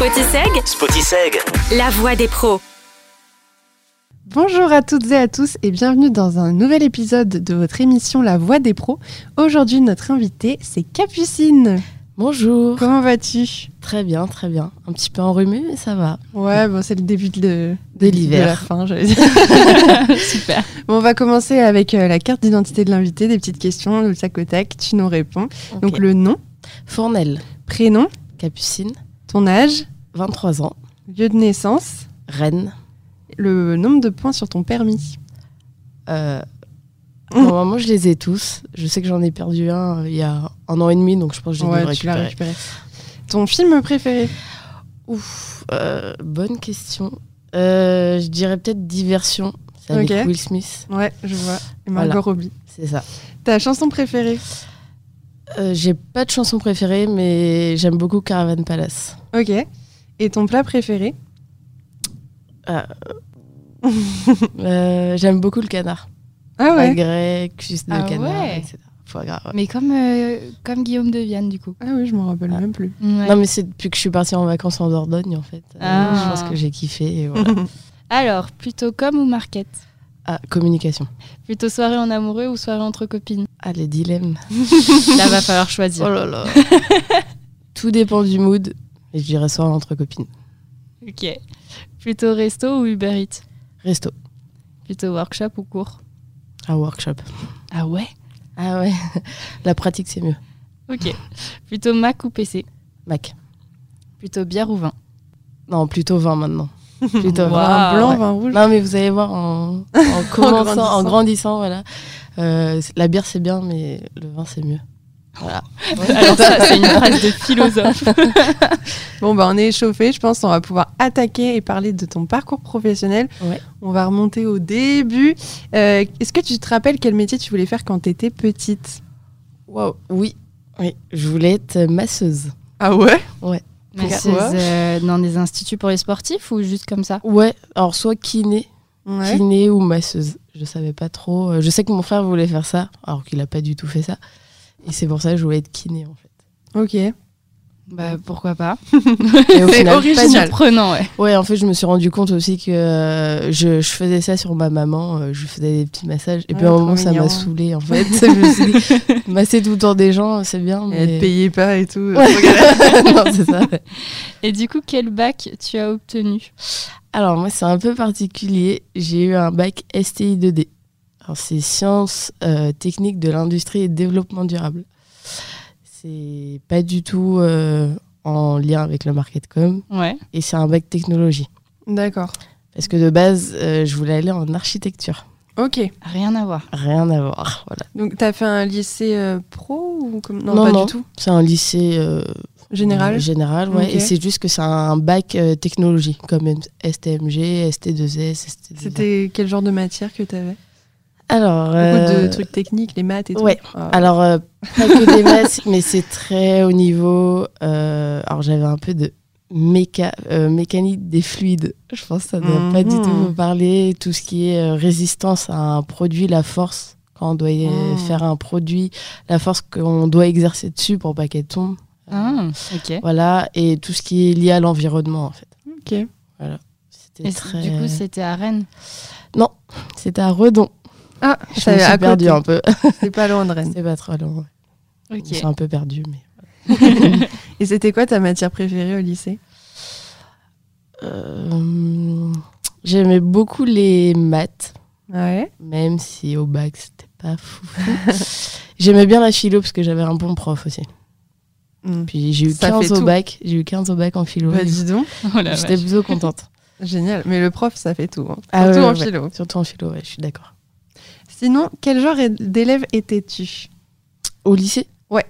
Spotiseg, la voix des pros. Bonjour à toutes et à tous et bienvenue dans un nouvel épisode de votre émission La Voix des pros. Aujourd'hui, notre invitée, c'est Capucine. Bonjour. Comment vas-tu ? Très bien, très bien. Un petit peu enrhumée, mais ça va. Ouais, bon, c'est le début de l'hiver. De la fin, j'allais dire. Super. Bon, on va commencer avec la carte d'identité de l'invité, des petites questions, le tac au tac, tu nous réponds. Okay. Donc le nom, Fournel, prénom, Capucine, ton âge, 23 ans, lieu de naissance, Rennes. le nombre de points sur ton permis. Normalement, je les ai tous. Je sais que j'en ai perdu un il y a 1 an et demi, donc je pense que je l'ai tu l'as récupéré. Ton film préféré ? Ouf, bonne question. Je dirais peut-être Diversion. C'est avec Will Smith. Ouais, je vois. Et Margot Robbie. C'est ça. Ta chanson préférée ? J'ai pas de chanson préférée, mais j'aime beaucoup Caravan Palace. Ok. Et ton plat préféré ? J'aime beaucoup le canard. Ah ouais. Grec, cuisse de canard, etc. Foie gras. Ouais. Mais comme Guillaume de Vienne, du coup. Ah oui, je m'en rappelle même plus. Ouais. Non, mais c'est depuis que je suis partie en vacances en Dordogne, en fait. Je pense que j'ai kiffé. Et voilà. Alors, plutôt com ou market ? Communication. Plutôt soirée en amoureux ou soirée entre copines ? Les dilemmes. Là, va falloir choisir. Oh là là. Tout dépend du mood. Et je dirais soirée entre copines. Ok. Plutôt resto ou Uber Eats ? Resto. Plutôt workshop ou cours ? Workshop. Ah ouais ? Ah ouais. La pratique, c'est mieux. Ok. Plutôt Mac ou PC ? Mac. Plutôt bière ou vin ? Non, plutôt vin maintenant. Plutôt vin blanc, vin rouge. Non, mais vous allez voir, en commençant, en grandissant, voilà. La bière, c'est bien, mais le vin, c'est mieux. Voilà. Alors ça, c'est une phrase de philosophe. Bon, on est échauffé. Je pense qu'on va pouvoir attaquer et parler de ton parcours professionnel. Ouais. On va remonter au début. Est-ce que tu te rappelles quel métier tu voulais faire quand tu étais petite ? Wow. Oui, je voulais être masseuse. Ah ouais ? Ouais. Masseuse dans des instituts pour les sportifs ou juste comme ça ? Ouais, alors soit kiné ou masseuse. Je savais pas trop. Je sais que mon frère voulait faire ça, alors qu'il a pas du tout fait ça. Et c'est pour ça que je voulais être kiné, en fait. Ok. Bah, pourquoi pas. Et au c'est final, original. Pas surprenant, ouais. Ouais, en fait, je me suis rendu compte aussi que je faisais ça sur ma maman. Je faisais des petits massages. Et puis, à un moment, ça m'a saoulée, en fait. Je me suis dit, masser tout le temps des gens, c'est bien. Mais... Et elle te payait pas et tout. Non, c'est ça. Ouais. Et du coup, quel bac tu as obtenu ? Alors, moi, c'est un peu particulier. J'ai eu un bac STI 2D. Alors, c'est sciences techniques de l'industrie et développement durable. C'est pas du tout en lien avec le market-com. Ouais. Et c'est un bac technologie. D'accord. Parce que de base, je voulais aller en architecture. Ok. Rien à voir. Rien à voir, voilà. Donc, t'as fait un lycée pro ou comme... Non, pas du tout. C'est un lycée... Général ? Général, ouais. Okay. Et c'est juste que c'est un bac technologie, comme STMG, ST2S, ST2A. C'était quel genre de matière que t'avais ? Alors, beaucoup de trucs techniques, les maths et tout. Ouais. Alors, pas que des maths, mais c'est très haut niveau. Alors, j'avais un peu de mécanique des fluides. Je pense que ça ne doit pas du tout vous parler. Tout ce qui est résistance à un produit, la force, quand on doit faire un produit, la force qu'on doit exercer dessus pour pas qu'elle tombe. Ok. Voilà, et tout ce qui est lié à l'environnement, en fait. Ok. Voilà. Et du coup, c'était à Rennes ? Non, c'était à Redon. Ah, je me suis perdue un peu. C'est pas loin de Rennes. C'est pas trop loin. Ok. Je suis un peu perdue, mais... Et c'était quoi ta matière préférée au lycée ? J'aimais beaucoup les maths. Ouais. Même si au bac, c'était pas fou. J'aimais bien la philo parce que j'avais un bon prof aussi. Puis j'ai eu 15 au bac. J'ai eu 15 au bac en philo. Bah, dis donc. J'étais plutôt contente. Génial. Mais le prof, ça fait tout. Hein. Surtout en philo. Surtout en philo, ouais, je suis d'accord. Sinon, quel genre d'élève étais-tu ? Au lycée ? Ouais.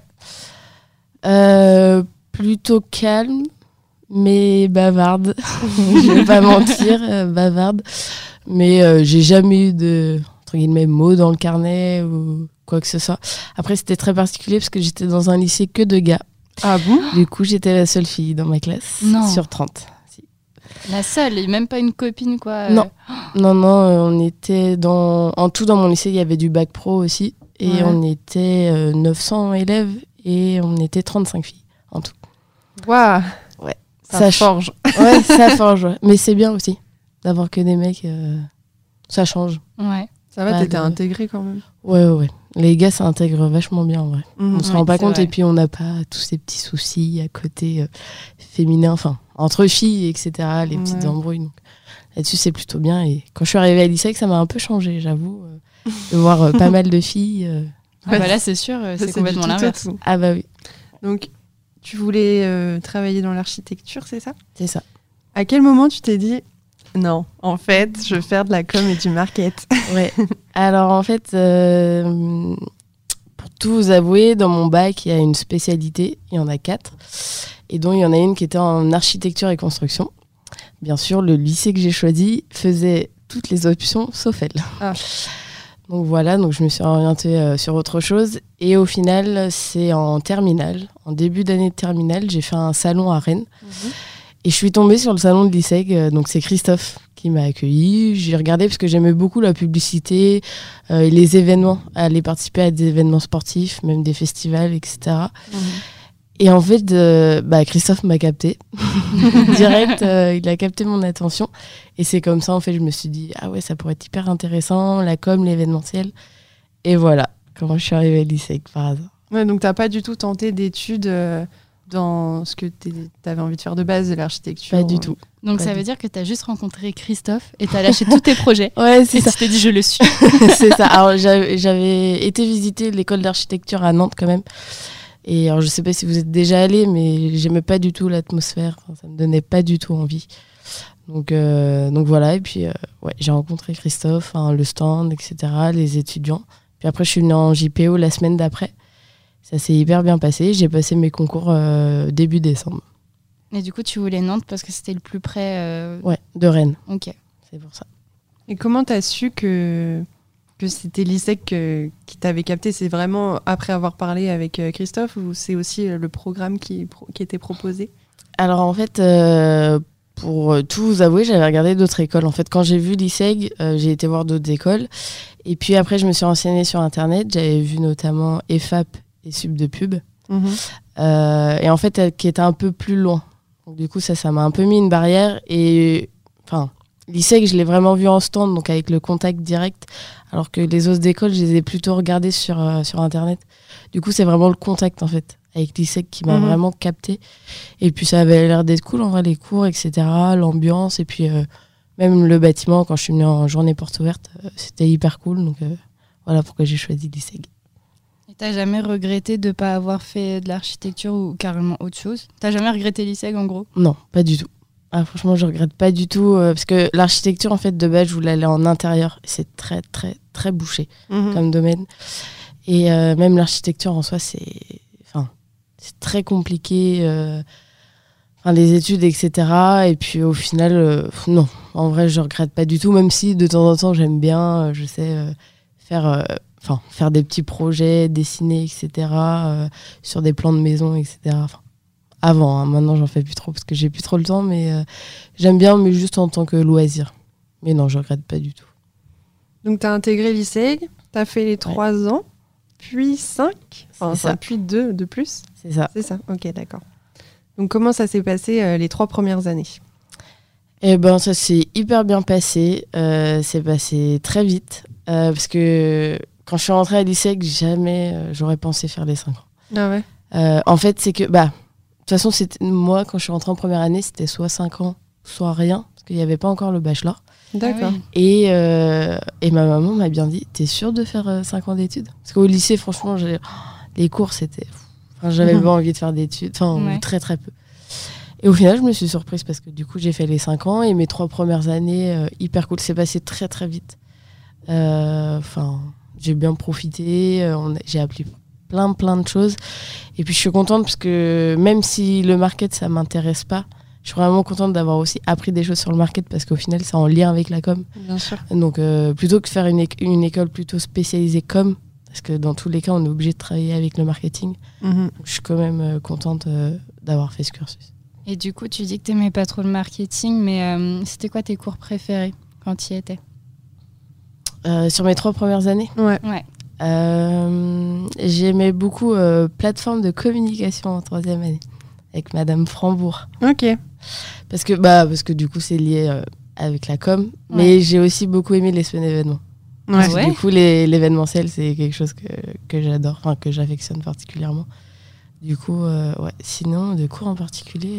Plutôt calme, mais bavarde. Je vais pas mentir, bavarde. Mais j'ai jamais eu de, entre guillemets, mots dans le carnet ou quoi que ce soit. Après, c'était très particulier parce que j'étais dans un lycée que de gars. Ah bon ? Du coup, j'étais la seule fille dans ma classe. Non. Sur 30. Si. La seule, et même pas une copine, quoi. Non, on était en tout dans mon lycée, il y avait du bac pro aussi. Et Ouais. on était 900 élèves et on était 35 filles en tout. Waouh ! Ouais. Ça forge. Ouais, ça forge. Ouais. Mais c'est bien aussi d'avoir que des mecs. Ça change. Ouais. Ça va, t'étais intégré quand même. Ouais. Les gars, ça intègre vachement bien en vrai. On se rend pas compte vrai. et puis on n'a pas tous ces petits soucis à côté féminin, enfin entre filles, etc. Les petites embrouilles. Donc là-dessus, c'est plutôt bien. Et quand je suis arrivée à l'ISEC, ça m'a un peu changé, j'avoue, de voir pas mal de filles. Ah bah là, c'est sûr, c'est complètement l'inverse. Ah bah oui. Donc, tu voulais travailler dans l'architecture, c'est ça ? C'est ça. À quel moment tu t'es dit non, en fait, je veux faire de la com et du market ? Ouais. Alors en fait, pour tout vous avouer, dans mon bac, il y a une spécialité, il y en a 4, et dont il y en a une qui était en architecture et construction. Bien sûr, le lycée que j'ai choisi faisait toutes les options sauf elle. Ah. Donc voilà, donc je me suis orientée sur autre chose. Et au final, c'est en terminale, en début d'année de terminale, j'ai fait un salon à Rennes. Et je suis tombée sur le salon de l'ISEG, donc c'est Christophe qui m'a accueillie. J'ai regardé parce que j'aimais beaucoup la publicité, et les événements, aller participer à des événements sportifs, même des festivals, etc. Et en fait, Christophe m'a capté. Direct, il a capté mon attention. Et c'est comme ça, en fait, je me suis dit, ah ouais, ça pourrait être hyper intéressant, la com, l'événementiel. Et voilà, comment je suis arrivée à l'ISEG par hasard. Ouais, donc t'as pas du tout tenté d'études dans ce que t'avais envie de faire de base, de l'architecture ? Pas du tout. Donc ça veut dire que t'as juste rencontré Christophe et t'as lâché tous tes projets. Ouais, c'est ça. Tu t'es dit, je le suis. C'est ça. Alors, j'avais été visiter l'école d'architecture à Nantes quand même. Et alors, je sais pas si vous êtes déjà allé, mais j'aimais pas du tout l'atmosphère. Enfin, ça me donnait pas du tout envie. Donc voilà. Et puis, j'ai rencontré Christophe, le stand, etc., les étudiants. Puis après, je suis venue en JPO la semaine d'après. Ça s'est hyper bien passé. J'ai passé mes concours début décembre. Et du coup, tu voulais Nantes parce que c'était le plus près. Ouais, de Rennes. Ok. C'est pour ça. Et comment t'as su que c'était l'ISEC qui t'avait capté ? C'est vraiment après avoir parlé avec Christophe ou c'est aussi le programme qui était proposé ? Alors en fait, pour tout vous avouer, j'avais regardé d'autres écoles. En fait, quand j'ai vu l'ISEG, j'ai été voir d'autres écoles. Et puis après, je me suis renseignée sur Internet. J'avais vu notamment EFAP et Sub de Pub. Et en fait, qui était un peu plus loin. Donc, du coup, ça m'a un peu mis une barrière. Et enfin, l'ISEG, je l'ai vraiment vu en stand, donc avec le contact direct. Alors que les autres écoles, je les ai plutôt regardées sur Internet. Du coup, c'est vraiment le contact, en fait, avec l'ISEG qui m'a vraiment capté. Et puis, ça avait l'air d'être cool, en vrai, les cours, etc., l'ambiance. Et puis, même le bâtiment, quand je suis venue en journée porte ouverte, c'était hyper cool. Donc, voilà pourquoi j'ai choisi l'ISEG. Et t'as jamais regretté de ne pas avoir fait de l'architecture ou carrément autre chose ? T'as jamais regretté l'ISEG, en gros ? Non, pas du tout. Ah, franchement, je regrette pas du tout. Parce que l'architecture, en fait, de base, je voulais aller en intérieur. C'est très, très, très bouché comme domaine. Et même l'architecture en soi, c'est très compliqué. Les études, etc. Et puis au final, non. En vrai, je regrette pas du tout. Même si de temps en temps, j'aime bien, je sais, faire des petits projets, dessiner, etc. Sur des plans de maison, etc. Avant, maintenant, j'en fais plus trop parce que j'ai plus trop le temps. Mais j'aime bien, mais juste en tant que loisir. Mais non, je regrette pas du tout. Donc, tu as intégré l'ISEG, tu as fait les 3 ans, puis 5, puis 2 de plus. C'est ça. C'est ça, ok, d'accord. Donc, comment ça s'est passé les 3 premières années ? Eh ben, ça s'est hyper bien passé. C'est passé très vite. Parce que quand je suis rentrée à l'ISEG, jamais j'aurais pensé faire les 5 ans. Ah ouais. En fait, c'est que, de toute façon, moi, quand je suis rentrée en première année, c'était soit 5 ans, soit rien, parce qu'il n'y avait pas encore le bachelor. D'accord. Ah oui. Et ma maman m'a bien dit, t'es sûre de faire 5 ans d'études ? Parce qu'au lycée, franchement, les cours, c'était... j'avais pas envie de faire d'études, ou très très peu. Et au final, je me suis surprise parce que du coup, j'ai fait les 5 ans et mes 3 premières années, hyper cool. C'est passé très très vite. J'ai bien profité, j'ai appris plein de choses. Et puis je suis contente parce que même si le market, ça m'intéresse pas, je suis vraiment contente d'avoir aussi appris des choses sur le market parce qu'au final, c'est en lien avec la com. Bien sûr. Donc plutôt que de faire une école plutôt spécialisée com, parce que dans tous les cas, on est obligé de travailler avec le marketing. Donc, je suis quand même contente d'avoir fait ce cursus. Et du coup, tu dis que tu n'aimais pas trop le marketing, mais c'était quoi tes cours préférés quand tu y étais ? Sur mes 3 premières années ? Ouais. J'aimais beaucoup plateforme de communication en 3e année, avec Madame Frambourg. Ok. Parce que du coup, c'est lié avec la com. Mais j'ai aussi beaucoup aimé les semaines événements. Parce que du coup, l'événementiel, c'est quelque chose que j'adore, enfin, que j'affectionne particulièrement. Du coup, sinon, de cours en particulier,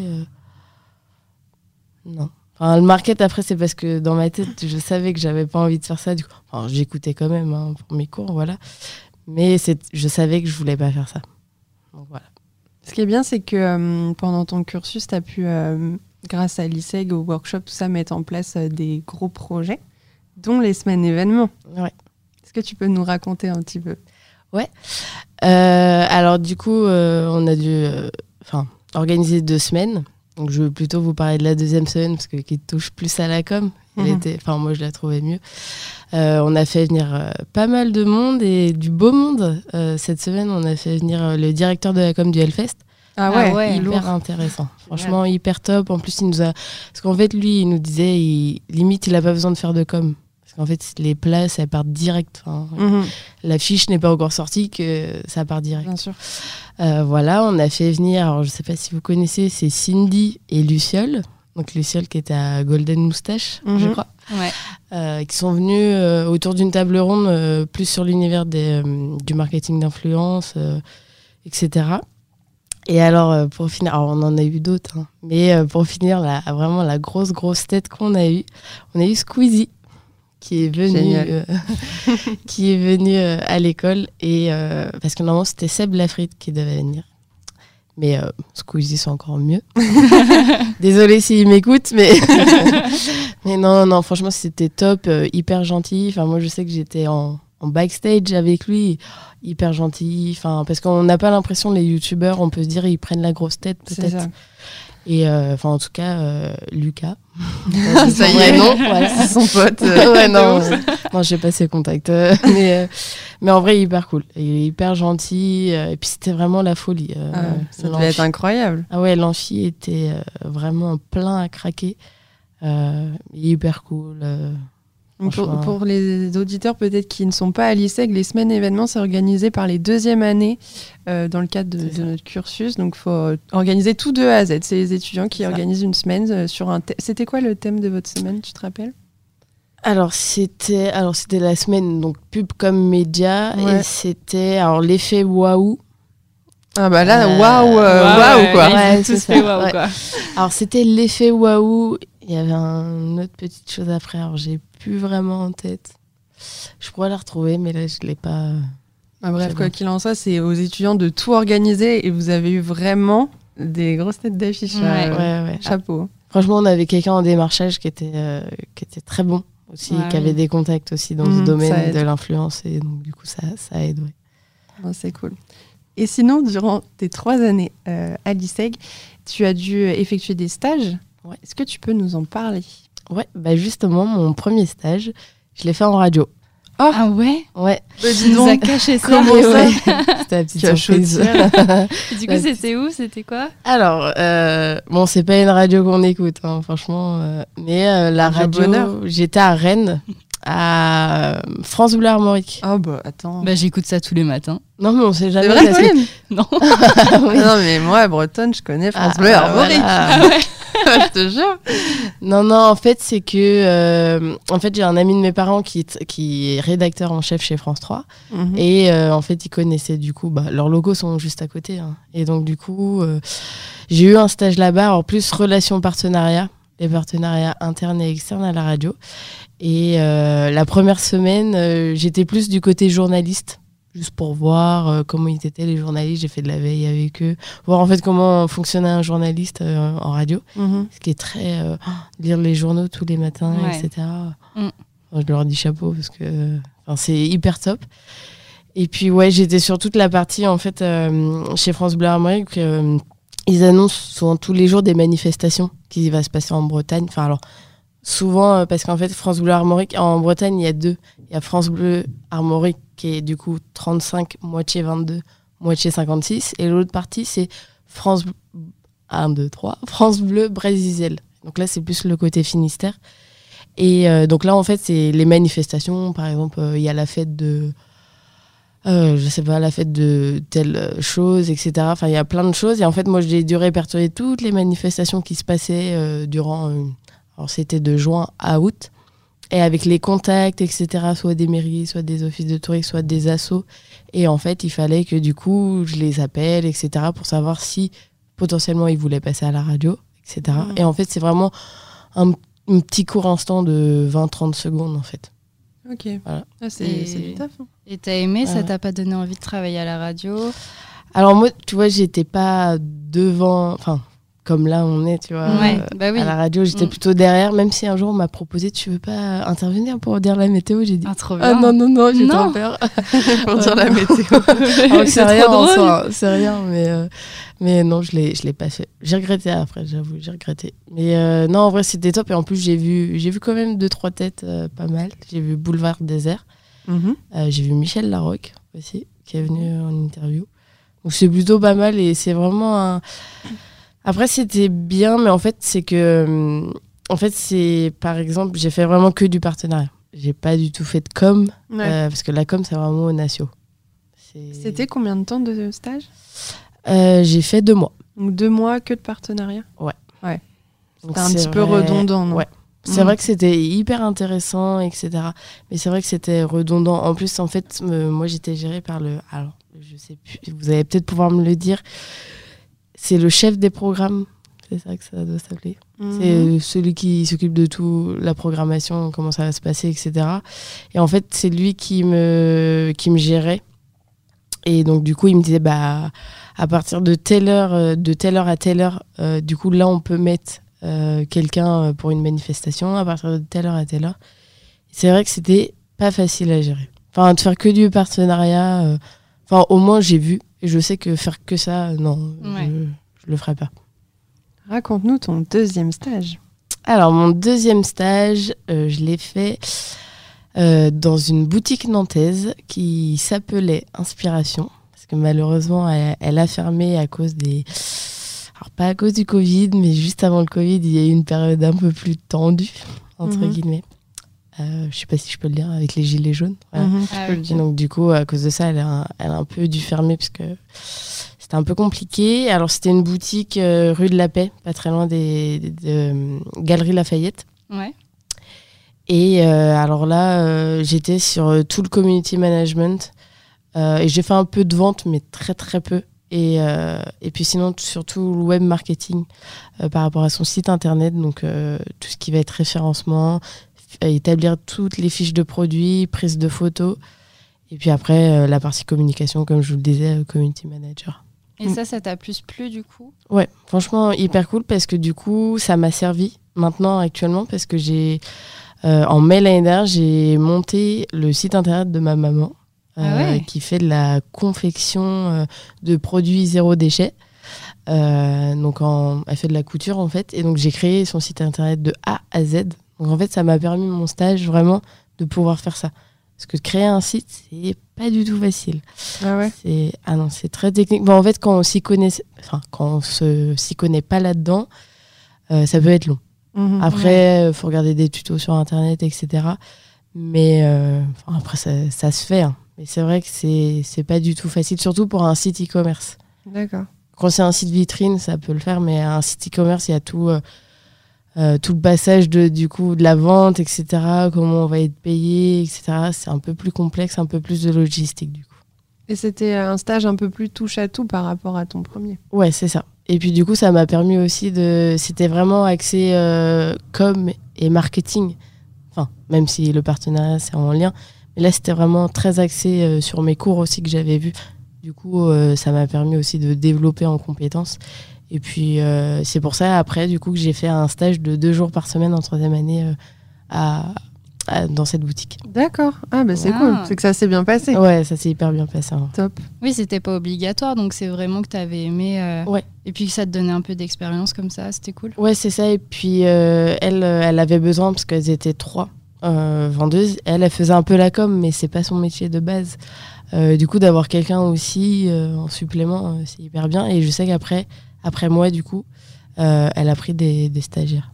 non. Enfin, le market, après, c'est parce que dans ma tête, je savais que j'avais pas envie de faire ça. Du coup, enfin, j'écoutais quand même pour mes cours, voilà. Mais je savais que je voulais pas faire ça. Donc voilà. Ce qui est bien, c'est que pendant ton cursus, tu as pu, grâce à l'ISEG, au workshop, tout ça, mettre en place des gros projets, dont les semaines événements. Ouais. Est-ce que tu peux nous raconter un petit peu ? Ouais. Alors du coup, on a dû organiser 2 semaines. Donc je veux plutôt vous parler de la deuxième semaine parce que qui touche plus à la com. Moi je la trouvais mieux. On a fait venir pas mal de monde et du beau monde. Cette semaine, on a fait venir le directeur de la com du Hellfest. Ah ouais, hyper intéressant. Franchement, hyper top. En plus, parce qu'en fait, lui, il nous disait, limite, il a pas besoin de faire de com. Parce qu'en fait, les places, elles partent direct. La fiche n'est pas encore sortie, que ça part direct. Bien sûr. Voilà, on a fait venir, alors je sais pas si vous connaissez, c'est Cindy et Luciole. Donc Luciole qui était à Golden Moustache, je crois. Ouais. Qui sont venus autour d'une table ronde, plus sur l'univers du marketing d'influence, etc. Et alors, pour finir, on en a eu d'autres, mais pour finir, vraiment la grosse tête qu'on a eue, on a eu Squeezie qui est venu à l'école et parce que normalement c'était Seb Lafrite qui devait venir, mais Squeezie c'est encore mieux. Désolée s'il m'écoute, mais mais non franchement c'était top, hyper gentil. Enfin moi je sais que j'étais en backstage avec lui, hyper gentil. Enfin parce qu'on n'a pas l'impression, les youtubeurs, on peut se dire ils prennent la grosse tête peut-être. Et en tout cas, Lucas. Ça y est, non, voilà. C'est son pote. Non, j'ai pas ses contacts. Mais en vrai, hyper cool. Il est hyper gentil. Et puis, c'était vraiment la folie. Ça devait être incroyable. Ah ouais, l'amphi était vraiment plein à craquer. Hyper cool. Pour les auditeurs peut-être qui ne sont pas à l'ISEG, les semaines événements, c'est organisé par les 2e années dans le cadre de notre cursus. Donc, il faut organiser tout de A à Z. C'est les étudiants qui organisent une semaine sur un thème. C'était quoi le thème de votre semaine, tu te rappelles ? Alors, c'était la semaine, donc pub comme média. Et c'était l'effet waouh. Ah bah là, waouh quoi. Ouais, c'est ça. Waouh, quoi. Alors, c'était l'effet waouh. Il y avait une autre petite chose après, alors j'ai plus vraiment en tête. Je pourrais la retrouver, mais là, je ne l'ai pas. Bref, quoi qu'il en soit, c'est aux étudiants de tout organiser et vous avez eu vraiment des grosses têtes d'affiche. Ouais. Chapeau. Franchement, on avait quelqu'un en démarchage qui était très bon aussi, qui avait des contacts aussi dans ce domaine de l'influence et donc du coup, ça aide. Ouais. Bon, c'est cool. Et sinon, durant tes 3 années à l'ISEG, tu as dû effectuer des stages. Ouais. Est-ce que tu peux nous en parler ? Ouais, bah justement, mon premier stage, je l'ai fait en radio. Oh. Ah ouais ? Ouais. Tu nous as caché ça. Comment ça ? C'était la petite surprise. Du coup, c'était où ? C'était quoi ? Alors, c'est pas une radio qu'on écoute, franchement. Mais la radio, j'étais à Rennes, à France Bleu Armorique. Ah bah attends. Bah j'écoute ça tous les matins. Non mais on sait jamais. C'est vrai, Pauline ? Non. Oui. Non mais moi, Bretonne, je connais France Bleu Armorique. Ah ouais. Je te jure. Non, en fait, c'est que j'ai un ami de mes parents qui est rédacteur en chef chez France 3. Et en fait, il connaissait du coup, leurs locaux sont juste à côté. Et donc, du coup, j'ai eu un stage là-bas, en plus, relations partenariats, les partenariats internes et externes à la radio. Et la première semaine, j'étais plus du côté journaliste. Juste pour voir comment ils étaient les journalistes. J'ai fait de la veille avec eux. Voir en fait comment fonctionnait un journaliste en radio. Ce qui est très... lire les journaux tous les matins, etc. Je leur dis chapeau parce que c'est hyper top. Et puis j'étais sur toute la partie en fait chez France Bleu Armorique. Ils annoncent souvent tous les jours des manifestations qui va se passer en Bretagne. Enfin alors... Souvent, parce qu'en fait, France Bleu Armorique, en Bretagne, il y a 2. Il y a France Bleu Armorique, qui est du coup 35, moitié 22, moitié 56. Et l'autre partie, c'est France Bleu Brésil. Donc là, c'est plus le côté Finistère. Et donc là, en fait, c'est les manifestations. Par exemple, il y a la fête de... je sais pas, la fête de telle chose, etc. Enfin, il y a plein de choses. Et en fait, moi, j'ai dû répertorier toutes les manifestations qui se passaient durant... alors, c'était de juin à août. Et avec les contacts, etc., soit des mairies, soit des offices de tourisme, soit des assos. Et en fait, il fallait que, du coup, je les appelle, etc., pour savoir si, potentiellement, ils voulaient passer à la radio, etc. Et en fait, c'est vraiment un petit court instant de 20-30 secondes, en fait. Ok. Voilà. Ah, c'est du taf. Hein. Et t'as aimé, ça t'a pas donné envie de travailler à la radio? Alors moi, tu vois, j'étais pas devant, enfin, comme là on est, tu vois, bah oui. à la radio, j'étais plutôt derrière, même si un jour on m'a proposé, tu veux pas intervenir pour dire la météo, j'ai dit, trop bien. non, j'ai trop peur. Pour dire la météo. C'est rien en soi, c'est rien, mais non, je l'ai pas fait. J'ai regretté après, j'avoue, j'ai regretté. Mais non, en vrai, c'était top, et en plus, j'ai vu quand même 2-3 têtes pas mal. J'ai vu Boulevard Désert, j'ai vu Michel Larocque aussi, qui est venu en interview. Donc c'est plutôt pas mal, et c'est vraiment un... Après, c'était bien, mais en fait, c'est que... En fait, c'est... Par exemple, j'ai fait vraiment que du partenariat. J'ai pas du tout fait de com, parce que la com, c'est vraiment au Natio. C'était combien de temps de stage ? J'ai fait 2 mois. Donc 2 mois que de partenariat ? Ouais. C'était un petit peu redondant, non ? Ouais. C'est vrai que c'était hyper intéressant, etc. Mais c'est vrai que c'était redondant. En plus, en fait, moi, j'étais gérée par le... Alors, je sais plus, vous allez peut-être pouvoir me le dire... C'est le chef des programmes, c'est ça que ça doit s'appeler. C'est celui qui s'occupe de tout, la programmation, comment ça va se passer, etc. Et en fait, c'est lui qui me gérait. Et donc, du coup, il me disait, à partir de telle heure à telle heure, du coup, là, on peut mettre quelqu'un pour une manifestation, à partir de telle heure à telle heure. C'est vrai que c'était pas facile à gérer. Enfin, de faire que du partenariat, au moins, j'ai vu. Et je sais que faire que ça, non, je le ferai pas. Raconte-nous ton deuxième stage. Alors, mon deuxième stage, je l'ai fait dans une boutique nantaise qui s'appelait Inspiration. Parce que malheureusement, elle a fermé à cause des... Alors, pas à cause du Covid, mais juste avant le Covid, il y a eu une période un peu plus tendue, entre guillemets. Je sais pas si je peux le dire, avec les gilets jaunes. Voilà. Donc du coup, à cause de ça, elle a un peu dû fermer parce que c'était un peu compliqué. Alors c'était une boutique rue de la Paix, pas très loin de Galerie Lafayette. Ouais. Et alors là, j'étais sur tout le community management et j'ai fait un peu de vente, mais très très peu. Et puis sinon, surtout le web marketing par rapport à son site internet, donc tout ce qui va être référencement, établir toutes les fiches de produits, prise de photos, et puis après la partie communication, comme je vous le disais, community manager. Et ça t'a plus plu du coup ? Ouais, franchement hyper cool, parce que du coup ça m'a servi maintenant actuellement, parce que j'ai en mai l'année dernière, j'ai monté le site internet de ma maman qui fait de la confection de produits zéro déchet. Donc elle fait de la couture en fait, et donc j'ai créé son site internet de A à Z. Donc en fait, ça m'a permis mon stage vraiment de pouvoir faire ça. Parce que créer un site, c'est pas du tout facile. Ah ouais. C'est très technique. Bon, en fait, quand on s'y connaît pas là-dedans, ça peut être long. Après, faut regarder des tutos sur internet, etc. Mais après, ça se fait. Hein. Mais c'est vrai que c'est pas du tout facile, surtout pour un site e-commerce. D'accord. Quand c'est un site vitrine, ça peut le faire, mais un site e-commerce, il y a tout le passage de la vente, etc., comment on va être payé, etc. C'est un peu plus complexe, un peu plus de logistique du coup. Et c'était un stage un peu plus touche à tout par rapport à ton premier. Ouais, c'est ça. Et puis du coup, ça m'a permis aussi c'était vraiment axé com et marketing. Enfin, même si le partenariat c'est en lien, mais là c'était vraiment très axé sur mes cours aussi que j'avais vus. Du coup, ça m'a permis aussi de développer en compétences. Et puis, c'est pour ça, après, du coup, que j'ai fait un stage de 2 jours par semaine en 3e année dans cette boutique. D'accord. Ah, bah c'est cool. C'est que ça s'est bien passé. Ouais, ça s'est hyper bien passé. Hein. Top. Oui, c'était pas obligatoire, donc c'est vraiment que t'avais aimé. Ouais. Et puis que ça te donnait un peu d'expérience comme ça, c'était cool. Ouais, c'est ça. Et puis, elle avait besoin, parce qu'elles étaient 3 vendeuses. Elle faisait un peu la com, mais c'est pas son métier de base. Du coup, d'avoir quelqu'un aussi en supplément, c'est hyper bien. Et je sais qu'après moi, du coup, elle a pris des stagiaires.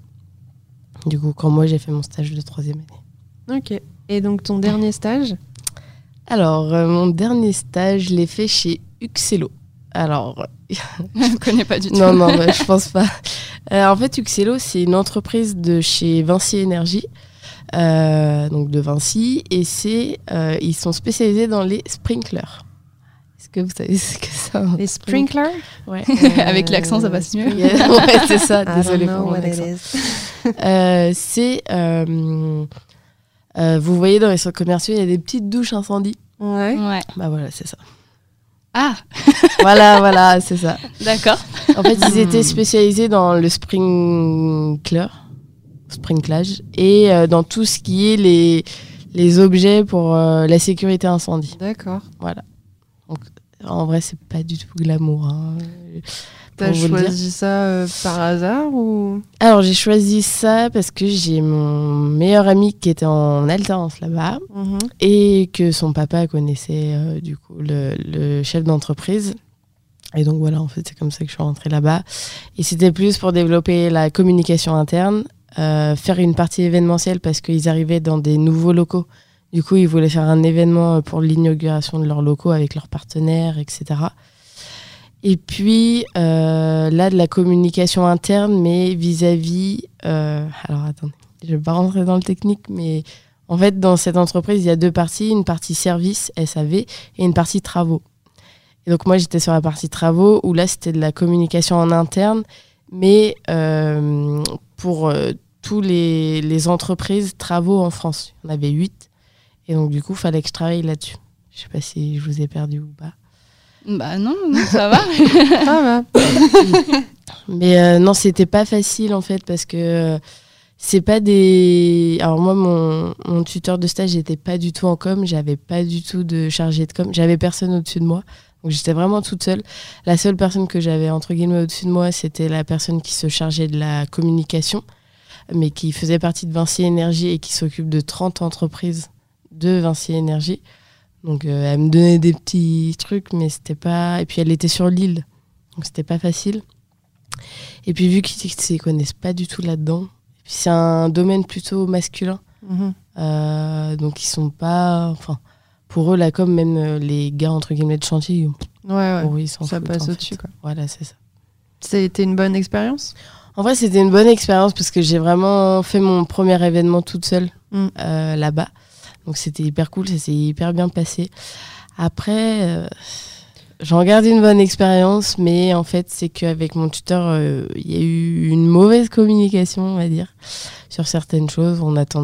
Du coup, quand moi, j'ai fait mon stage de 3e année. Ok. Et donc, ton dernier stage ? Alors, mon dernier stage, je l'ai fait chez Uxello. Alors, je ne connais pas du tout. Non, je pense pas. En fait, Uxello, c'est une entreprise de chez Vinci Énergie, donc de Vinci, et ils sont spécialisés dans les sprinklers. Est-ce que vous savez ce que c'est? Les sprinklers? Ouais. Avec l'accent, ça passe mieux. Ouais, c'est ça. Désolée pour mon accent. Vous voyez dans les centres commerciaux, il y a des petites douches incendie. Ouais. Bah voilà, c'est ça. Ah. Voilà, c'est ça. D'accord. En fait, ils étaient spécialisés dans le sprinklage et dans tout ce qui est les objets pour la sécurité incendie. D'accord. Voilà. Donc, en vrai, c'est pas du tout glamour. Hein, t'as choisi ça par hasard ou... Alors, j'ai choisi ça parce que j'ai mon meilleur ami qui était en alternance là-bas et que son papa connaissait du coup le chef d'entreprise. Et donc voilà, en fait, c'est comme ça que je suis rentrée là-bas. Et c'était plus pour développer la communication interne, faire une partie événementielle parce qu'ils arrivaient dans des nouveaux locaux. Du coup, ils voulaient faire un événement pour l'inauguration de leurs locaux avec leurs partenaires, etc. Et puis, là, de la communication interne, mais vis-à-vis... alors, attendez, je ne vais pas rentrer dans le technique, mais en fait, dans cette entreprise, il y a deux parties. Une partie service, SAV, et une partie travaux. Et donc, moi, j'étais sur la partie travaux, où là, c'était de la communication en interne, mais pour tous les entreprises travaux en France. Il y en avait 8. Et donc, du coup, il fallait que je travaille là-dessus. Je ne sais pas si je vous ai perdu ou pas. Bah non, ça va. Ça va. Mais non, c'était pas facile, en fait, parce que c'est pas des... Alors moi, mon tuteur de stage n'était pas du tout en com. J'avais pas du tout de chargé de com. J'avais personne au-dessus de moi. Donc, j'étais vraiment toute seule. La seule personne que j'avais, entre guillemets, au-dessus de moi, c'était la personne qui se chargeait de la communication, mais qui faisait partie de Vinci Énergie et qui s'occupe de 30 entreprises de Vinci Énergie. Donc, elle me donnait des petits trucs, mais c'était pas... Et puis, elle était sur l'île, donc c'était pas facile. Et puis, vu qu'ils ne se connaissent pas du tout là-dedans, et puis c'est un domaine plutôt masculin, donc ils sont pas... Enfin, pour eux, la com, même les gars, entre guillemets, de chantier, pour eux, ils s'en ça foutent, passe en au-dessus, fait. quoi. Voilà, c'est ça. C'était une bonne expérience? En vrai, c'était une bonne expérience parce que j'ai vraiment fait mon premier événement toute seule là-bas. Donc, c'était hyper cool, ça s'est hyper bien passé. Après, j'en garde une bonne expérience, mais en fait, c'est qu'avec mon tuteur, il y a eu une mauvaise communication, on va dire, sur certaines choses.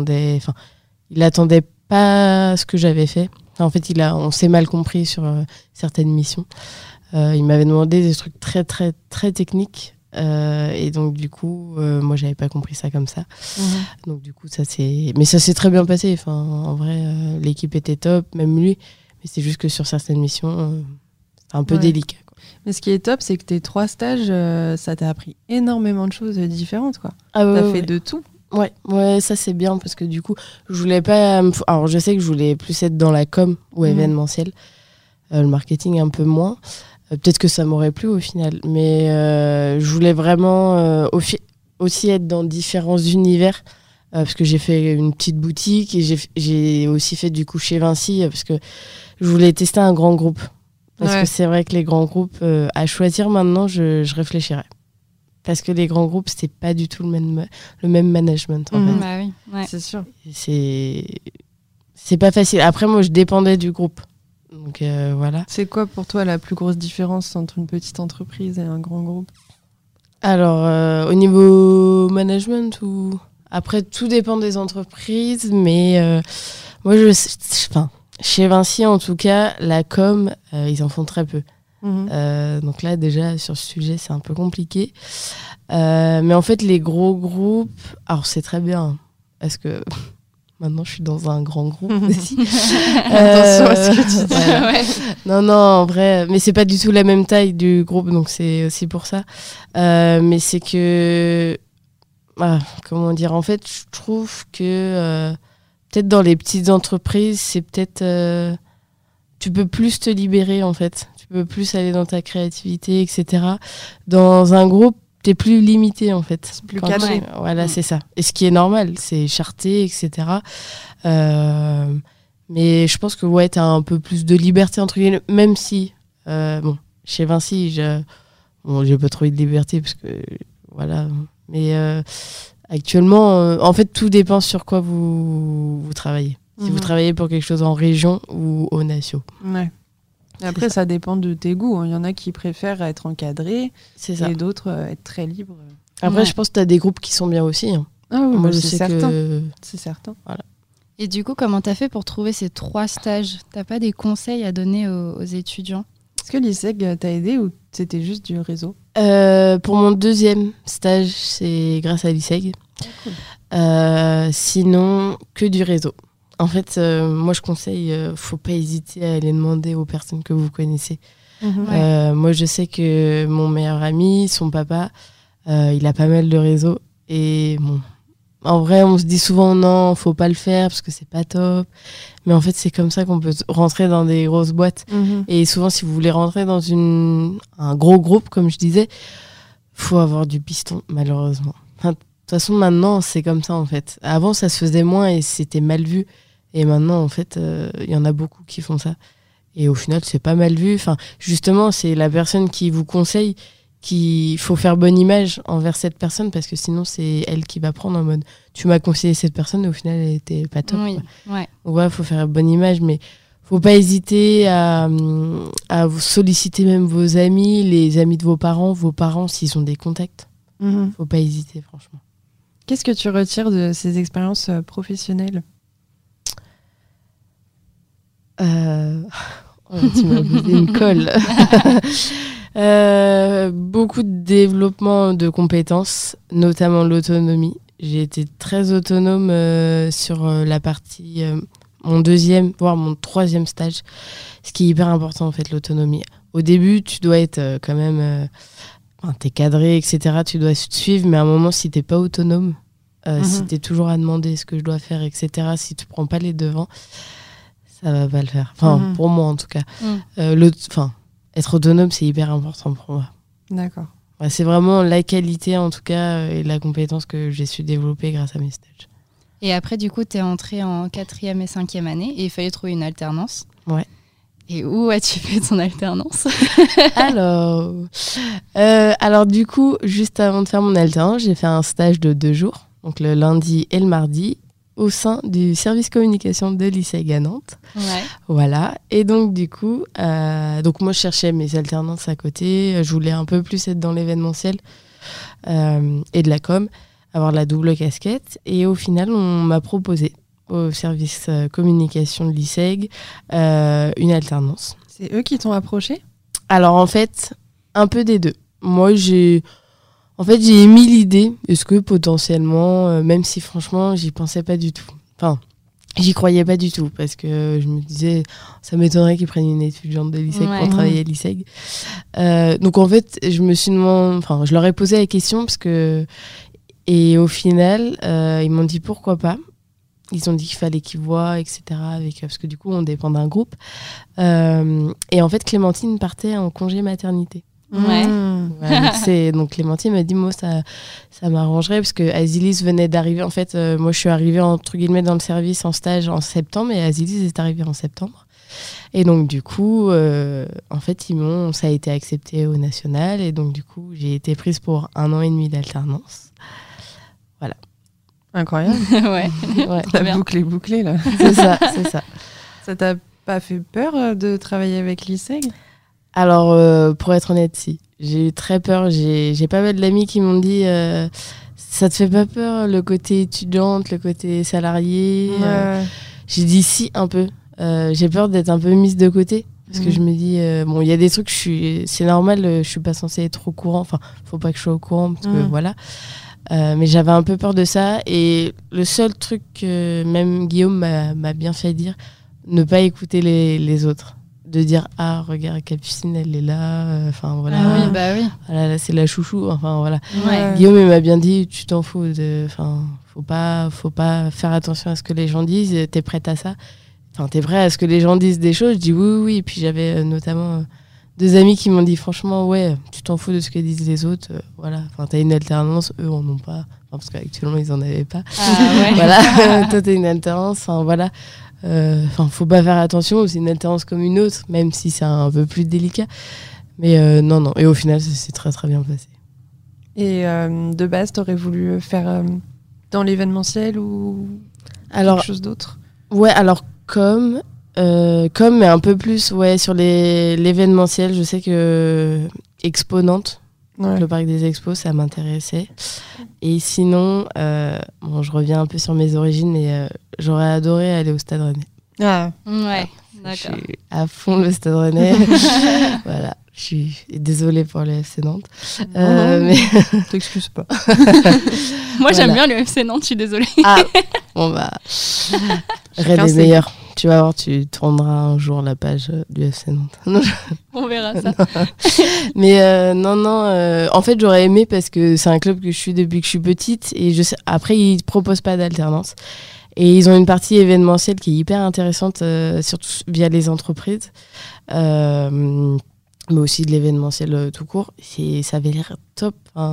Il attendait pas ce que j'avais fait. En fait, on s'est mal compris sur certaines missions. Il m'avait demandé des trucs très, très, très techniques. Et donc, du coup, moi, j'avais pas compris ça comme ça. Donc, du coup, mais ça s'est très bien passé. Enfin, en vrai, l'équipe était top, même lui. Mais c'est juste que sur certaines missions, c'est un peu délicat, quoi. Mais ce qui est top, c'est que tes 3 stages, ça t'a appris énormément de choses différentes, quoi. Ah, t'as fait de tout. Ouais, ça c'est bien parce que du coup, je voulais pas. Alors, je sais que je voulais plus être dans la com ou événementiel, le marketing un peu moins. Peut-être que ça m'aurait plu au final, mais je voulais vraiment aussi être dans différents univers parce que j'ai fait une petite boutique et j'ai aussi fait du coup chez Vinci parce que je voulais tester un grand groupe. Parce que c'est vrai que les grands groupes, à choisir maintenant, je réfléchirais. Parce que les grands groupes, c'était pas du tout le même management. En fait. Bah oui, c'est sûr. C'est pas facile. Après, moi, je dépendais du groupe. Donc voilà. C'est quoi pour toi la plus grosse différence entre une petite entreprise et un grand groupe? Alors, au niveau management ou... Après, tout dépend des entreprises, mais moi, chez Vinci, en tout cas, la com, ils en font très peu. Donc là, déjà, sur ce sujet, c'est un peu compliqué. Mais en fait, les gros groupes... Alors, c'est très bien, parce que... Maintenant, je suis dans un grand groupe aussi. Attention à ce que tu dis. Voilà. Non, en vrai, mais c'est pas du tout la même taille du groupe, donc c'est aussi pour ça. Mais c'est que, comment dire, en fait, je trouve que peut-être dans les petites entreprises, c'est peut-être, tu peux plus te libérer en fait, tu peux plus aller dans ta créativité, etc. Dans un groupe, t'es plus limité en fait. C'est plus cadré. Voilà, c'est ça. Et ce qui est normal, c'est charté, etc. Mais je pense que ouais, t'as un peu plus de liberté, entre guillemets, même si, chez Vinci, j'ai pas trop de liberté, parce que, voilà. Mais actuellement, en fait, tout dépend sur quoi vous travaillez. Si vous travaillez pour quelque chose en région ou au nation. Ouais. Et après, ça dépend de tes goûts. Il y en a qui préfèrent être encadrés et d'autres être très libres. Après, je pense que tu as des groupes qui sont bien aussi. Hein. Ah oui, moi, c'est certain. C'est certain. Voilà. Et du coup, comment tu as fait pour trouver ces 3 stages ? Tu n'as pas des conseils à donner aux étudiants ? Est-ce que l'ISEG t'a aidé ou c'était juste du réseau ? Pour mon 2e stage, c'est grâce à l'ISEG. Cool. Sinon, que du réseau. En fait, moi, je conseille, faut pas hésiter à aller demander aux personnes que vous connaissez. Moi, je sais que mon meilleur ami, son papa, il a pas mal de réseaux. Et bon, en vrai, on se dit souvent non, faut pas le faire parce que c'est pas top. Mais en fait, c'est comme ça qu'on peut rentrer dans des grosses boîtes. Et souvent, si vous voulez rentrer dans un gros groupe, comme je disais, faut avoir du piston, malheureusement. Enfin, de toute façon, maintenant, c'est comme ça, en fait. Avant, ça se faisait moins et c'était mal vu. Et maintenant, en fait, y en a beaucoup qui font ça. Et au final, c'est pas mal vu. Enfin, justement, c'est la personne qui vous conseille qu'il faut faire bonne image envers cette personne parce que sinon, c'est elle qui va prendre en mode tu m'as conseillé cette personne et au final, elle était pas top. Oui, ouais. Donc, ouais, faut faire bonne image, mais faut pas hésiter à vous solliciter même vos amis, les amis de vos parents s'ils ont des contacts. Faut pas hésiter, franchement. Qu'est-ce que tu retires de ces expériences professionnelles ? Tu m'as posé une colle. Beaucoup de développement de compétences, notamment l'autonomie. J'ai été très autonome sur la partie, mon 2e, voire mon 3e stage, ce qui est hyper important en fait, l'autonomie. Au début, tu dois être quand même, t'es cadré, etc. Tu dois suivre, mais à un moment, si t'es pas autonome, si t'es toujours à demander ce que je dois faire, etc., si tu prends pas les devants, ça va pas le faire. Enfin, pour moi en tout cas. Être autonome, c'est hyper important pour moi. D'accord. Ouais, c'est vraiment la qualité en tout cas et la compétence que j'ai su développer grâce à mes stages. Et après, du coup, tu es entrée en 4e et 5e année et il fallait trouver une alternance. Ouais. Et où as-tu fait ton alternance ? Alors du coup, juste avant de faire mon alternance, j'ai fait un stage de 2 jours, donc le lundi et le mardi, au sein du service communication de l'ISEG à Nantes. Ouais. Voilà. Et donc, du coup, moi, je cherchais mes alternances à côté. Je voulais un peu plus être dans l'événementiel et de la com, avoir la double casquette. Et au final, on m'a proposé au service communication de l'ISEG une alternance. C'est eux qui t'ont approché ? Alors, en fait, un peu des deux. Moi, j'ai émis l'idée, est-ce que potentiellement, même si franchement, j'y pensais pas du tout. Enfin, j'y croyais pas du tout, parce que je me disais, ça m'étonnerait qu'ils prennent une étudiante de l'ISEG pour travailler à l'ISEG. Donc en fait, je leur ai posé la question, et au final, ils m'ont dit pourquoi pas. Ils ont dit qu'il fallait qu'ils voient, etc. Parce que du coup, on dépend d'un groupe. Et en fait, Clémentine partait en congé maternité. Ouais. Donc Clémentine m'a dit moi ça m'arrangerait parce que Azilis venait d'arriver en fait. Moi je suis arrivée entre guillemets dans le service en stage en septembre et Azilis est arrivée en septembre et donc du coup en fait ça a été accepté au national et donc du coup j'ai été prise pour 1 an et demi d'alternance. Voilà. Incroyable. Ouais. La boucle est bouclée là. C'est ça. Ça t'a pas fait peur de travailler avec l'ISEG ? Alors, pour être honnête, si. J'ai eu très peur. J'ai pas mal d'amis qui m'ont dit ça te fait pas peur, le côté étudiante, le côté salarié J'ai dit si, un peu. J'ai peur d'être un peu mise de côté. Parce que je me dis, il y a des trucs, c'est normal, je suis pas censée être au courant. Enfin, faut pas que je sois au courant, parce que voilà. Mais j'avais un peu peur de ça. Et le seul truc que même Guillaume m'a bien fait dire, ne pas écouter les autres. De dire regarde Capucine elle est là voilà. Ah oui, bah oui. Voilà, là c'est la chouchou voilà. Ouais. Guillaume il m'a bien dit tu t'en fous faut pas faire attention à ce que les gens disent, t'es prête à ça, t'es prêt à ce que les gens disent des choses. Je dis oui. Et puis j'avais notamment 2 amis qui m'ont dit franchement tu t'en fous de ce que disent les autres, voilà, t'as une alternance, eux en ont pas, parce qu'actuellement ils en avaient pas. Ah ouais. Voilà. Toi t'as une alternance, voilà. Faut pas faire attention, c'est une alternance comme une autre, même si c'est un peu plus délicat. Mais non. Et au final, ça s'est très très bien passé. Et de base, t'aurais voulu faire dans l'événementiel ou quelque chose d'autre ? Ouais, alors comme, mais un peu plus sur l'événementiel. Je sais que Exponente, le parc des expos, ça m'intéressait. Et sinon, je reviens un peu sur mes origines, mais j'aurais adoré aller au Stade Rennais. Ah, ouais, d'accord. Je suis à fond le Stade Rennais. Voilà. Je suis désolée pour le FC Nantes. Mais t'excuses pas. Moi, j'aime bien le FC Nantes, je suis désolée. Ah, bon bah, Rennes est meilleur. Tu vas voir, tu tourneras un jour la page du FC Nantes. On verra ça. Mais non. En fait, j'aurais aimé parce que c'est un club que je suis depuis que je suis petite. Et après, ils ne proposent pas d'alternance. Et ils ont une partie événementielle qui est hyper intéressante, surtout via les entreprises. Mais aussi de l'événementiel tout court. Ça avait l'air top.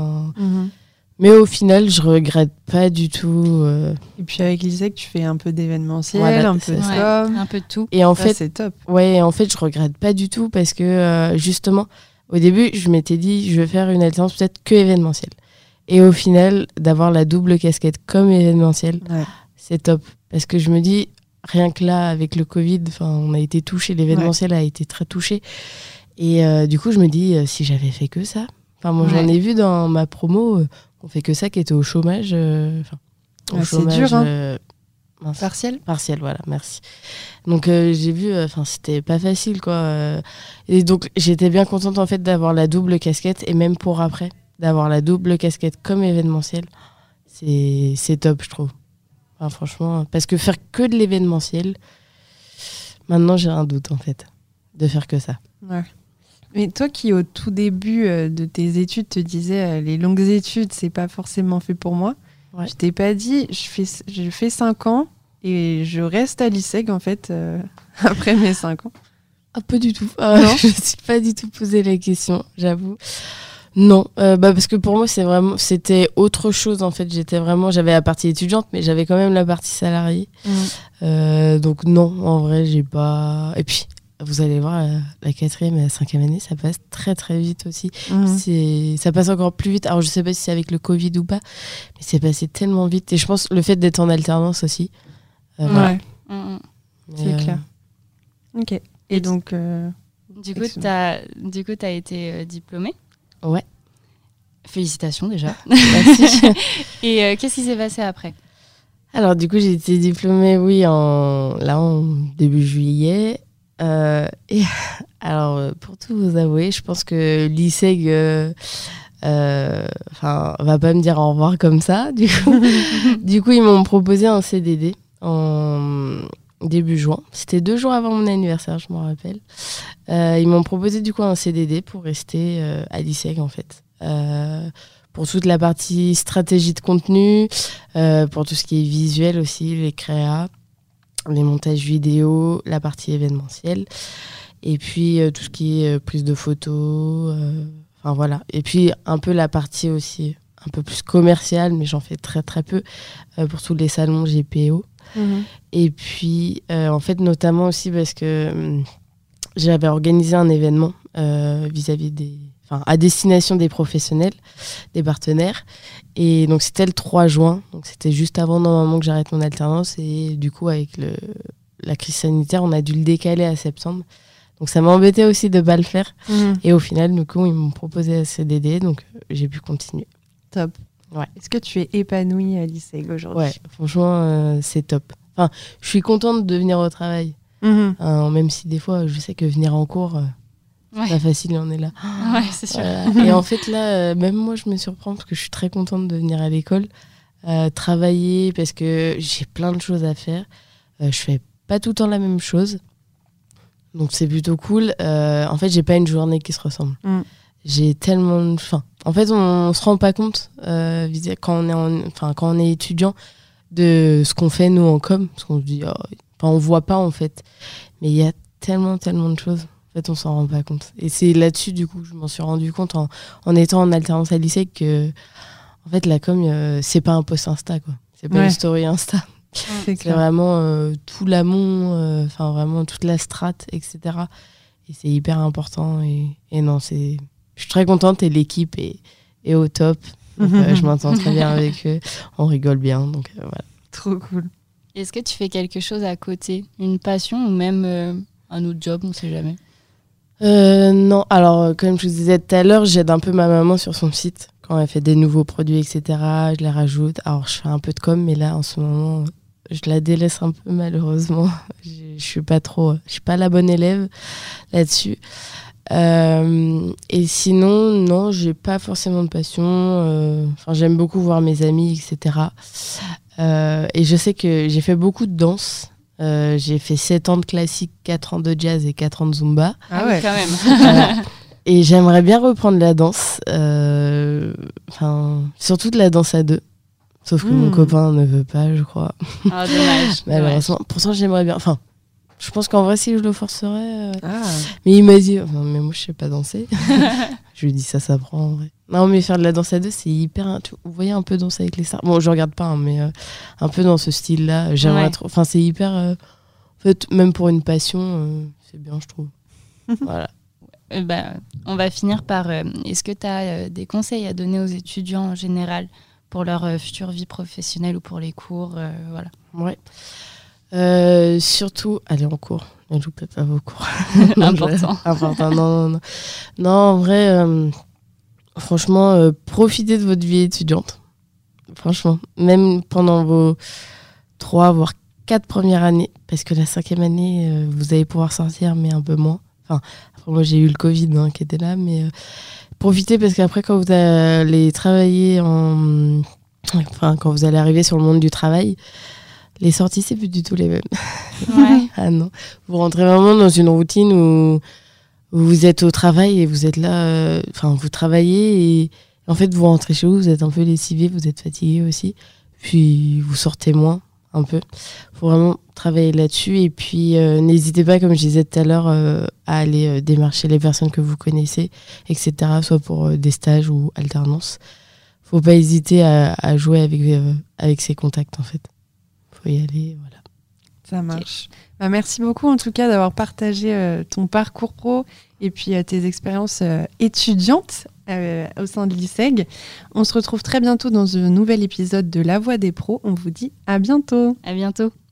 Mais au final, je regrette pas du tout. Et puis avec l'ISEC, tu fais un peu d'événementiel, un peu de com. Un peu de tout. Et en fait, c'est top. Ouais, en fait, je regrette pas du tout parce que justement, au début, je m'étais dit, je vais faire une alternance peut-être que événementiel. Et au final, d'avoir la double casquette comme événementiel, c'est top. Parce que je me dis, rien que là, avec le Covid, on a été touché, l'événementiel a été très touché. Et du coup, je me dis, si j'avais fait que ça. Moi, j'en ai vu dans ma promo, on fait que ça, qui était au chômage. Au chômage, c'est dur, hein. Partiel, voilà, merci. Donc, j'ai vu, c'était pas facile, quoi. Et donc, j'étais bien contente, en fait, d'avoir la double casquette, et même pour après, d'avoir la double casquette comme événementiel, c'est top, je trouve. Franchement, parce que faire que de l'événementiel, maintenant, j'ai un doute, en fait, de faire que ça. Ouais. Mais toi qui, au tout début de tes études, te disais les longues études, c'est pas forcément fait pour moi. Ouais. Je t'ai pas dit, je fais 5 ans et je reste à l'ISEG, en fait, après mes 5 ans. Ah, pas du tout. Non. Je me suis pas du tout posé la question, j'avoue. Non, parce que pour moi, c'était autre chose, en fait. J'avais la partie étudiante, mais j'avais quand même la partie salariée. Donc non, en vrai, j'ai pas... Et puis... Vous allez voir, la 4e et la 5e année, ça passe très très vite aussi. Ça passe encore plus vite. Alors je sais pas si c'est avec le Covid ou pas, mais c'est passé tellement vite. Et je pense le fait d'être en alternance aussi. Voilà. C'est clair. Ok. Et donc... Du coup, t'as été diplômée ? Ouais. Félicitations déjà. Merci. Et qu'est-ce qui s'est passé après ? Alors du coup, j'ai été diplômée, en début juillet. Et alors, pour tout vous avouer, je pense que l'ISEG va pas me dire au revoir comme ça. Du coup, ils m'ont proposé un CDD en début juin. C'était 2 jours avant mon anniversaire, je m'en rappelle. Ils m'ont proposé du coup un CDD pour rester à l'ISEG, en fait. Pour toute la partie stratégie de contenu, pour tout ce qui est visuel aussi, les créas, les montages vidéo, la partie événementielle, et puis tout ce qui est prise de photos, voilà. Et puis un peu la partie aussi un peu plus commerciale, mais j'en fais très très peu, pour tous les salons GPO. Et puis en fait notamment aussi parce que j'avais organisé un événement vis-à-vis à destination des professionnels, des partenaires. Et donc, c'était le 3 juin. Donc, c'était juste avant, normalement, que j'arrête mon alternance. Et du coup, avec la crise sanitaire, on a dû le décaler à septembre. Donc, ça m'embêtait aussi de ne pas le faire. Et au final, du coup, ils m'ont proposé un CDD. Donc, j'ai pu continuer. Top. Ouais. Est-ce que tu es épanouie à l'ISEG aujourd'hui ? Ouais, franchement, c'est top. Je suis contente de venir au travail. Même si des fois, je sais que venir en cours... C'est pas facile, on est là. Ouais, c'est sûr. Et en fait, là, même moi, je me surprends parce que je suis très contente de venir à l'école, travailler, parce que j'ai plein de choses à faire. Je fais pas tout le temps la même chose. Donc, c'est plutôt cool. En fait, j'ai pas une journée qui se ressemble. J'ai tellement... en fait, on se rend pas compte, quand on est étudiant, de ce qu'on fait, nous, en com. Parce qu'on se dit... on voit pas, en fait. Mais il y a tellement de choses. En fait, on s'en rend pas compte. Et c'est là-dessus, du coup, je m'en suis rendu compte en étant en alternance à l'ISEG que, en fait, la com, c'est pas un post Insta, quoi. C'est pas une story Insta. C'est vraiment tout l'amont, vraiment toute la strate, etc. Et c'est hyper important. Et non, je suis très contente et l'équipe est au top. Donc, je m'entends très bien avec eux. On rigole bien. Donc voilà. Trop cool. Est-ce que tu fais quelque chose à côté? Une passion ou même un autre job? On ne sait jamais. Non, alors comme je vous disais tout à l'heure, j'aide un peu ma maman sur son site. Quand elle fait des nouveaux produits, etc., je les rajoute. Alors je fais un peu de com, mais là en ce moment, je la délaisse un peu malheureusement. Je suis pas la bonne élève là-dessus. Et sinon, non, j'ai pas forcément de passion. J'aime beaucoup voir mes amis, etc. Et je sais que j'ai fait beaucoup de danse. J'ai fait 7 ans de classique, 4 ans de jazz et 4 ans de zumba. Ah ouais, quand même. Voilà. Et j'aimerais bien reprendre la danse, surtout de la danse à deux. Sauf que mon copain ne veut pas, je crois. Ah, dommage. Malheureusement. Pourtant, j'aimerais bien. Enfin, je pense qu'en vrai, si je le forcerais. Mais il m'a dit, mais moi, je sais pas danser. Je lui dis, ça s'apprend en vrai. Non, mais faire de la danse à deux, c'est hyper. Vous voyez un peu danser avec les stars. Bon, je regarde pas, mais un peu dans ce style-là. J'aimerais trop. Enfin, c'est hyper. En fait, même pour une passion, c'est bien, je trouve. Voilà. On va finir par. Est-ce que tu as des conseils à donner aux étudiants en général pour leur future vie professionnelle ou pour les cours voilà. Ouais. Surtout, allez en cours. Ne loupez pas vos cours. Important. Important. Non, en vrai, franchement, profitez de votre vie étudiante. Franchement, même pendant vos 3 voire 4 premières années, parce que la 5e année, vous allez pouvoir sortir, mais un peu moins. Enfin, après, moi, j'ai eu le Covid qui était là, mais profitez parce qu'après, quand vous allez travailler quand vous allez arriver sur le monde du travail, les sorties, c'est plus du tout les mêmes. Ouais. Ah non. Vous rentrez vraiment dans une routine où vous êtes au travail et vous êtes là, vous travaillez et en fait, vous rentrez chez vous êtes un peu lessivé, vous êtes fatigué aussi. Puis, vous sortez moins, un peu. Il faut vraiment travailler là-dessus. Et puis, n'hésitez pas, comme je disais tout à l'heure, à aller démarcher les personnes que vous connaissez, etc., soit pour des stages ou alternances. Faut pas hésiter à jouer avec ses contacts, en fait. Faut y aller, voilà. Ça marche. Okay. Merci beaucoup, en tout cas, d'avoir partagé ton parcours pro et puis tes expériences étudiantes au sein de l'ISEG. On se retrouve très bientôt dans un nouvel épisode de La Voix des pros. On vous dit à bientôt. À bientôt.